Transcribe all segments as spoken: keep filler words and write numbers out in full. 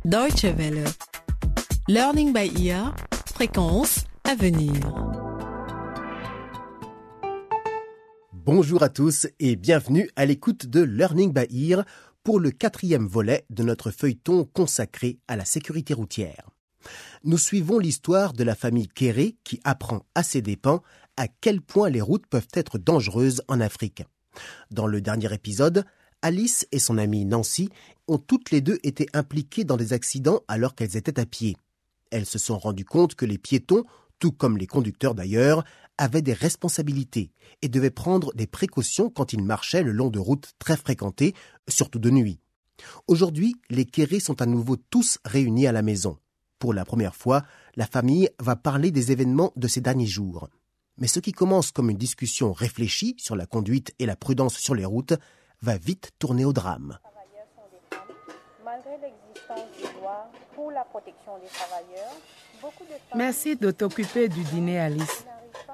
Deutsche Welle. Learning by ear. Fréquence à venir. Bonjour à tous et bienvenue à l'écoute de Learning by ear pour le quatrième volet de notre feuilleton consacré à la sécurité routière. Nous suivons l'histoire de la famille Kéré qui apprend à ses dépens à quel point les routes peuvent être dangereuses en Afrique. Dans le dernier épisode, Alice et son amie Nancy ont toutes les deux été impliquées dans des accidents alors qu'elles étaient à pied. Elles se sont rendues compte que les piétons, tout comme les conducteurs d'ailleurs, avaient des responsabilités et devaient prendre des précautions quand ils marchaient le long de routes très fréquentées, surtout de nuit. Aujourd'hui, les Kéré sont à nouveau tous réunis à la maison. Pour la première fois, la famille va parler des événements de ces derniers jours. Mais ce qui commence comme une discussion réfléchie sur la conduite et la prudence sur les routes va vite tourner au drame. Malgré l'existence des lois pour la protection des travailleurs, beaucoup de femmes... Merci de t'occuper du dîner, Alice.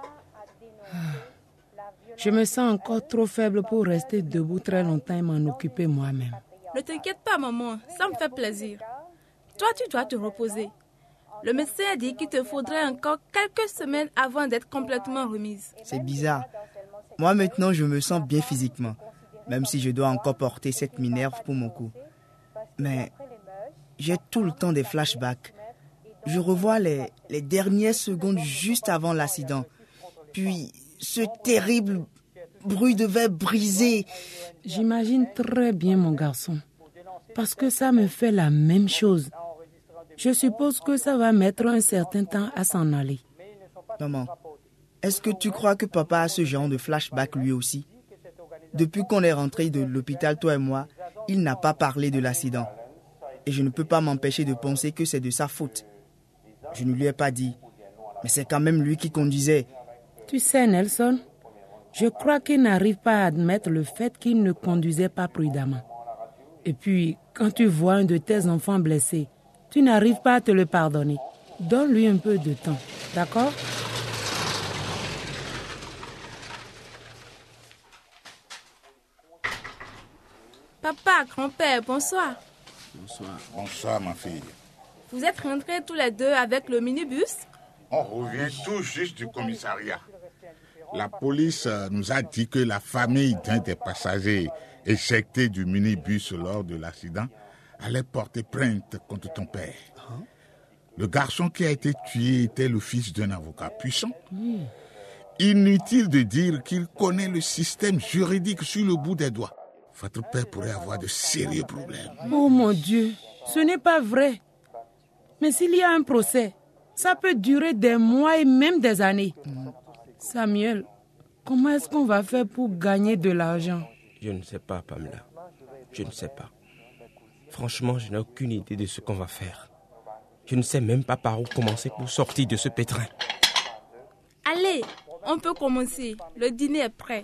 Je me sens encore trop faible pour rester debout très longtemps et m'en occuper moi-même. Ne t'inquiète pas, maman, ça me fait plaisir. Toi, tu dois te reposer. Le médecin a dit qu'il te faudrait encore quelques semaines avant d'être complètement remise. C'est bizarre. Moi, maintenant, je me sens bien physiquement, même si je dois encore porter cette minerve pour mon cou. Mais j'ai tout le temps des flashbacks. Je revois les, les dernières secondes juste avant l'accident. Puis, ce terrible bruit de verre brisé. J'imagine très bien, mon garçon, parce que ça me fait la même chose. Je suppose que ça va mettre un certain temps à s'en aller. Maman, est-ce que tu crois que papa a ce genre de flashback lui aussi? Depuis qu'on est rentré de l'hôpital, toi et moi, il n'a pas parlé de l'accident. Et je ne peux pas m'empêcher de penser que c'est de sa faute. Je ne lui ai pas dit, mais c'est quand même lui qui conduisait. Tu sais, Nelson, je crois qu'il n'arrive pas à admettre le fait qu'il ne conduisait pas prudemment. Et puis, quand tu vois un de tes enfants blessé, tu n'arrives pas à te le pardonner. Donne-lui un peu de temps, d'accord? Papa, grand-père, bonsoir. Bonsoir. Bonsoir, ma fille. Vous êtes rentrés tous les deux avec le minibus? On revient tout juste du commissariat. La police nous a dit que la famille d'un des passagers éjectés du minibus lors de l'accident allait porter plainte contre ton père. Hein? Le garçon qui a été tué était le fils d'un avocat puissant. Mmh. Inutile de dire qu'il connaît le système juridique sur le bout des doigts. Votre père pourrait avoir de sérieux problèmes. Oh mon Dieu, ce n'est pas vrai. Mais s'il y a un procès, ça peut durer des mois et même des années. Mmh. Samuel, comment est-ce qu'on va faire pour gagner de l'argent? Je ne sais pas, Pamela. Je ne sais pas. Franchement, je n'ai aucune idée de ce qu'on va faire. Je ne sais même pas par où commencer pour sortir de ce pétrin. Allez, on peut commencer. Le dîner est prêt.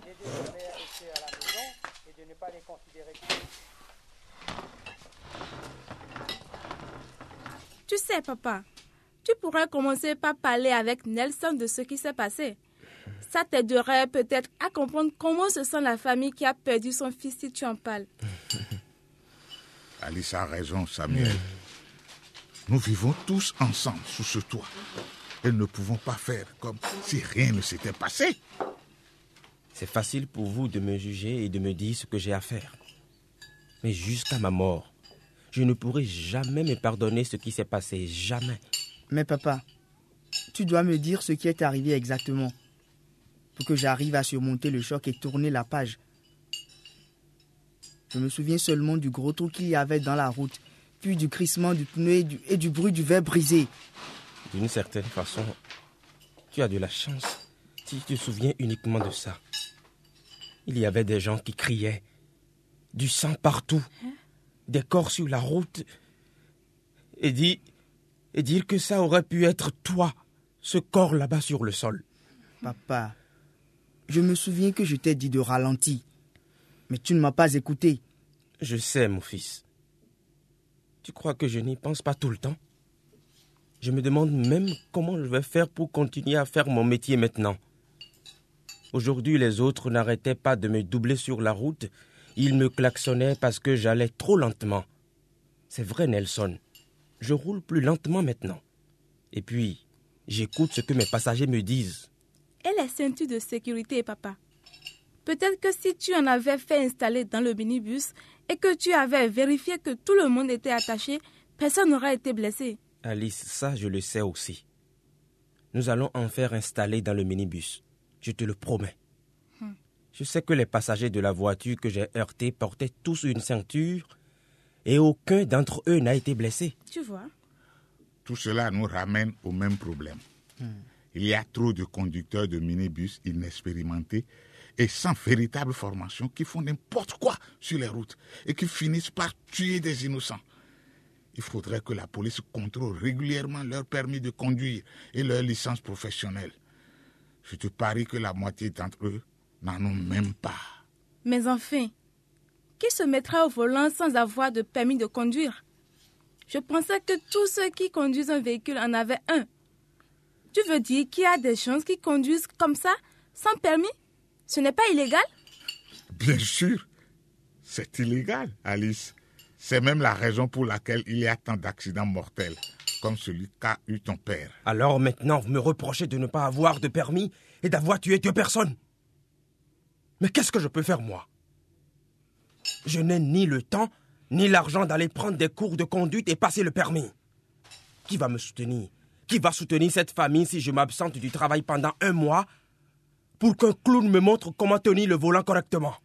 Tu sais, papa, tu pourrais commencer par parler avec Nelson de ce qui s'est passé. Ça t'aiderait peut-être à comprendre comment se sent la famille qui a perdu son fils si tu en parles. Alice a raison, Samuel. Nous vivons tous ensemble sous ce toit. Et ne pouvons pas faire comme si rien ne s'était passé. C'est facile pour vous de me juger et de me dire ce que j'ai à faire. Mais jusqu'à ma mort, je ne pourrai jamais me pardonner ce qui s'est passé. Jamais. Mais papa, tu dois me dire ce qui est arrivé exactement pour que j'arrive à surmonter le choc et tourner la page. Je me souviens seulement du gros trou qu'il y avait dans la route, puis du crissement du pneu et du, et du bruit du verre brisé. D'une certaine façon, tu as de la chance si tu te souviens uniquement de ça. Il y avait des gens qui criaient, du sang partout, hein? Des corps sur la route, et, dit, et dire que ça aurait pu être toi, ce corps là-bas sur le sol. Papa, je me souviens que je t'ai dit de ralentir. Mais tu ne m'as pas écouté. Je sais, mon fils. Tu crois que je n'y pense pas tout le temps? Je me demande même comment je vais faire pour continuer à faire mon métier maintenant. Aujourd'hui, les autres n'arrêtaient pas de me doubler sur la route. Ils me klaxonnaient parce que j'allais trop lentement. C'est vrai, Nelson. Je roule plus lentement maintenant. Et puis, j'écoute ce que mes passagers me disent. Et les ceintures de sécurité, papa? Peut-être que si tu en avais fait installer dans le minibus et que tu avais vérifié que tout le monde était attaché, personne n'aurait été blessé. Alice, ça je le sais aussi. Nous allons en faire installer dans le minibus. Je te le promets. Hmm. Je sais que les passagers de la voiture que j'ai heurtée portaient tous une ceinture et aucun d'entre eux n'a été blessé. Tu vois? Tout cela nous ramène au même problème. Hmm. Il y a trop de conducteurs de minibus inexpérimentés et sans véritable formation qui font n'importe quoi sur les routes et qui finissent par tuer des innocents. Il faudrait que la police contrôle régulièrement leur permis de conduire et leur licence professionnelle. Je te parie que la moitié d'entre eux n'en ont même pas. Mais enfin, qui se mettra au volant sans avoir de permis de conduire? Je pensais que tous ceux qui conduisent un véhicule en avaient un. Tu veux dire qu'il y a des gens qui conduisent comme ça, sans permis? Ce n'est pas illégal? Bien sûr, c'est illégal, Alice. C'est même la raison pour laquelle il y a tant d'accidents mortels, comme celui qu'a eu ton père. Alors maintenant, vous me reprochez de ne pas avoir de permis et d'avoir tué deux personnes. Mais qu'est-ce que je peux faire, moi? Je n'ai ni le temps, ni l'argent d'aller prendre des cours de conduite et passer le permis. Qui va me soutenir? Qui va soutenir cette famille si je m'absente du travail pendant un mois pour qu'un clown me montre comment tenir le volant correctement?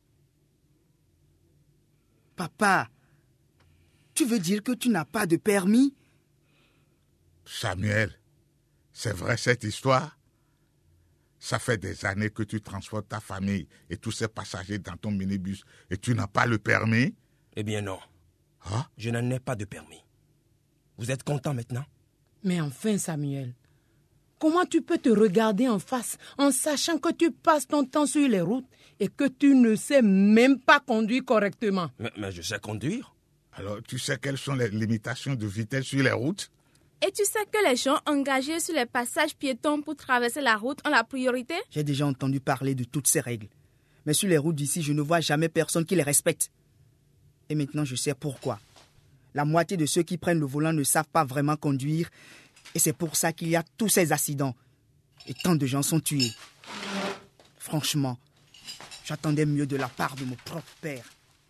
Papa, tu veux dire que tu n'as pas de permis? Samuel, c'est vrai cette histoire? Ça fait des années que tu transportes ta famille et tous ces passagers dans ton minibus et tu n'as pas le permis? Eh bien non. Hein? Je n'en ai pas de permis. Vous êtes content maintenant? Mais enfin, Samuel, comment tu peux te regarder en face en sachant que tu passes ton temps sur les routes et que tu ne sais même pas conduire correctement? Mais, mais je sais conduire. Alors, tu sais quelles sont les limitations de vitesse sur les routes? Et tu sais que les gens engagés sur les passages piétons pour traverser la route ont la priorité? J'ai déjà entendu parler de toutes ces règles. Mais sur les routes d'ici, je ne vois jamais personne qui les respecte. Et maintenant, je sais pourquoi. La moitié de ceux qui prennent le volant ne savent pas vraiment conduire. Et c'est pour ça qu'il y a tous ces accidents. Et tant de gens sont tués. Franchement, j'attendais mieux de la part de mon propre père.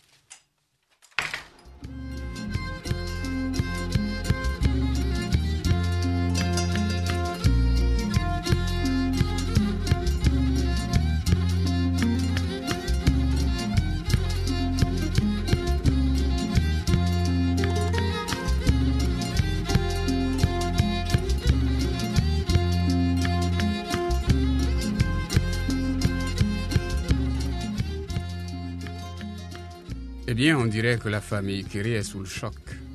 Eh bien, on dirait que la famille Curie est sous le choc.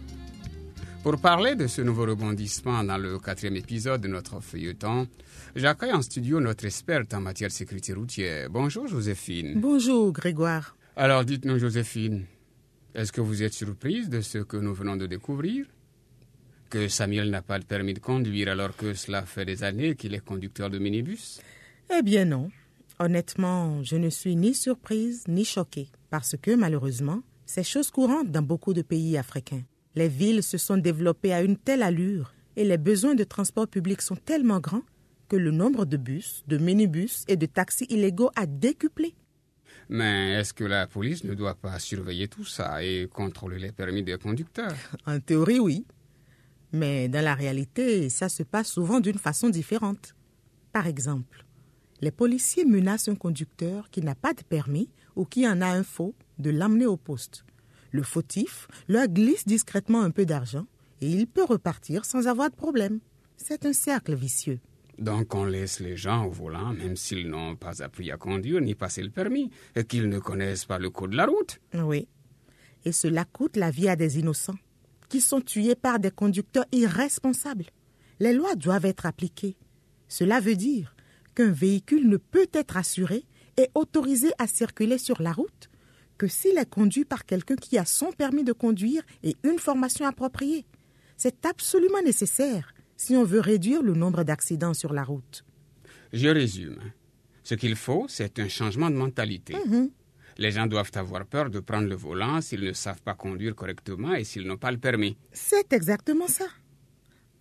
Pour parler de ce nouveau rebondissement dans le quatrième épisode de notre feuilleton, j'accueille en studio notre experte en matière de sécurité routière. Bonjour Joséphine. Bonjour Grégoire. Alors dites-nous Joséphine, est-ce que vous êtes surprise de ce que nous venons de découvrir? Que Samuel n'a pas de permis de conduire alors que cela fait des années qu'il est conducteur de minibus? Eh bien non. Honnêtement, je ne suis ni surprise ni choquée parce que malheureusement, c'est chose courante dans beaucoup de pays africains. Les villes se sont développées à une telle allure et les besoins de transport public sont tellement grands que le nombre de bus, de minibus et de taxis illégaux a décuplé. Mais est-ce que la police ne doit pas surveiller tout ça et contrôler les permis des conducteurs? En théorie, oui. Mais dans la réalité, ça se passe souvent d'une façon différente. Par exemple, les policiers menacent un conducteur qui n'a pas de permis ou qui en a un faux de l'emmener au poste. Le fautif leur glisse discrètement un peu d'argent et il peut repartir sans avoir de problème. C'est un cercle vicieux. Donc on laisse les gens au volant même s'ils n'ont pas appris à conduire ni passé le permis et qu'ils ne connaissent pas le code de la route? Oui. Et cela coûte la vie à des innocents qui sont tués par des conducteurs irresponsables. Les lois doivent être appliquées. Cela veut dire qu'un véhicule ne peut être assuré et autorisé à circuler sur la route que s'il est conduit par quelqu'un qui a son permis de conduire et une formation appropriée. C'est absolument nécessaire si on veut réduire le nombre d'accidents sur la route. Je résume. Ce qu'il faut, c'est un changement de mentalité. Mmh. Les gens doivent avoir peur de prendre le volant s'ils ne savent pas conduire correctement et s'ils n'ont pas le permis. C'est exactement ça.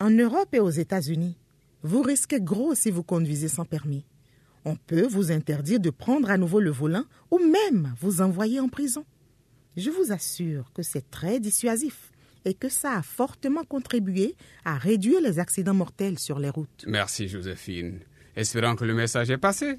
En Europe et aux États-Unis, vous risquez gros si vous conduisez sans permis. On peut vous interdire de prendre à nouveau le volant ou même vous envoyer en prison. Je vous assure que c'est très dissuasif et que ça a fortement contribué à réduire les accidents mortels sur les routes. Merci, Joséphine. Espérons que le message est passé.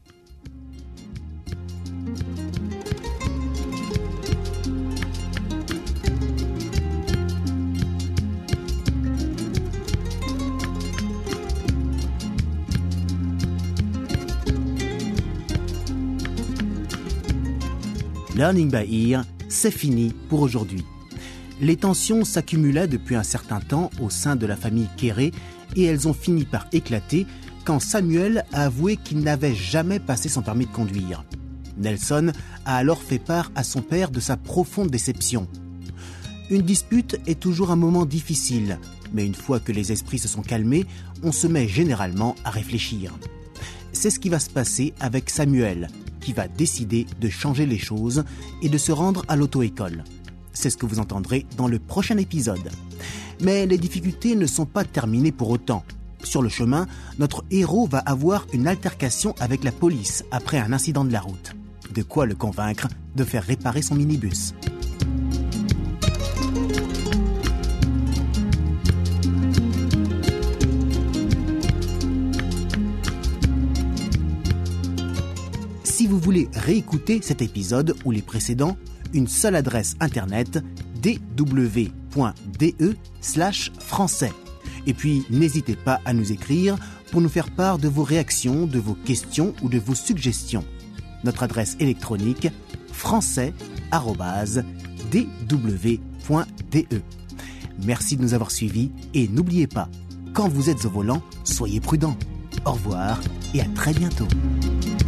Learning by Ear, c'est fini pour aujourd'hui. Les tensions s'accumulaient depuis un certain temps au sein de la famille Kéré et elles ont fini par éclater quand Samuel a avoué qu'il n'avait jamais passé son permis de conduire. Nelson a alors fait part à son père de sa profonde déception. Une dispute est toujours un moment difficile, mais une fois que les esprits se sont calmés, on se met généralement à réfléchir. C'est ce qui va se passer avec Samuel, qui va décider de changer les choses et de se rendre à l'auto-école. C'est ce que vous entendrez dans le prochain épisode. Mais les difficultés ne sont pas terminées pour autant. Sur le chemin, notre héros va avoir une altercation avec la police après un incident de la route. De quoi le convaincre de faire réparer son minibus. Si vous voulez réécouter cet épisode ou les précédents, une seule adresse internet d w point d e slash français. Et puis, n'hésitez pas à nous écrire pour nous faire part de vos réactions, de vos questions ou de vos suggestions. Notre adresse électronique français arobase d w point d e. Merci de nous avoir suivis et n'oubliez pas, quand vous êtes au volant, soyez prudents. Au revoir et à très bientôt.